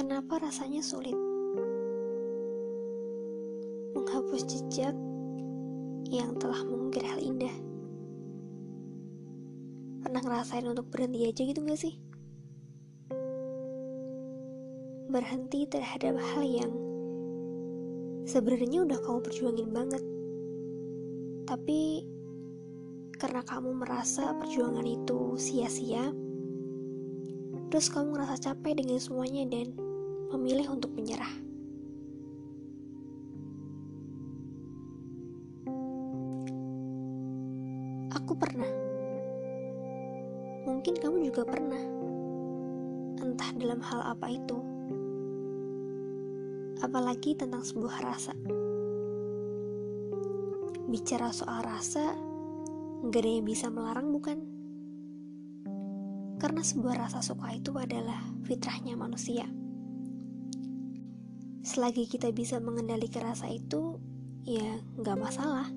Kenapa rasanya sulit menghapus jejak yang telah mengukir hal indah? Pernah ngerasain untuk berhenti aja gitu gak sih? Berhenti terhadap hal yang sebenarnya udah kamu perjuangin banget, tapi karena kamu merasa perjuangan itu sia-sia, terus kamu ngerasa capek dengan semuanya dan memilih untuk menyerah. Aku pernah. Mungkin kamu juga pernah. Entah dalam hal apa itu. Apalagi tentang sebuah rasa. Bicara soal rasa, gak ada yang bisa melarang, bukan? Karena sebuah rasa suka itu adalah fitrahnya manusia. Selagi kita bisa mengendalikan rasa itu, ya gak masalah.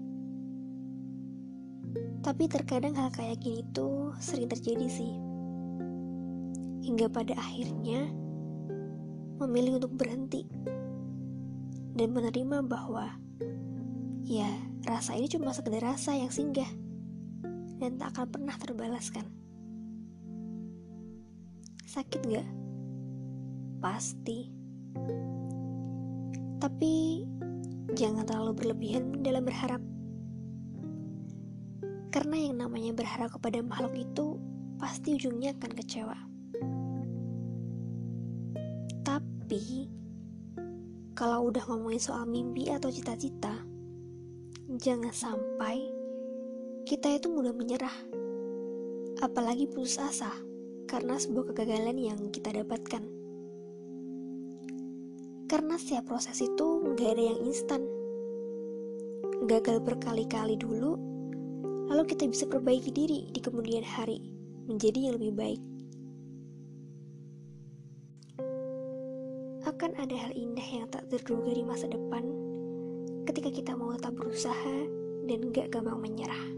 Tapi terkadang hal kayak gini tuh sering terjadi sih. Hingga pada akhirnya memilih untuk berhenti dan menerima bahwa ya rasa ini cuma sekedar rasa yang singgah dan tak akan pernah terbalaskan. Sakit gak? Pasti. Tapi jangan terlalu berlebihan dalam berharap. Karena yang namanya berharap kepada makhluk itu pasti ujungnya akan kecewa. Tapi kalau udah ngomongin soal mimpi atau cita-cita, jangan sampai kita itu mudah menyerah, apalagi putus asa karena sebuah kegagalan yang kita dapatkan. Karena setiap proses itu gak ada yang instan. Gagal berkali-kali dulu, lalu kita bisa perbaiki diri di kemudian hari menjadi yang lebih baik. Akan ada hal indah yang tak terduga di masa depan ketika kita mau tetap berusaha dan gak gampang menyerah.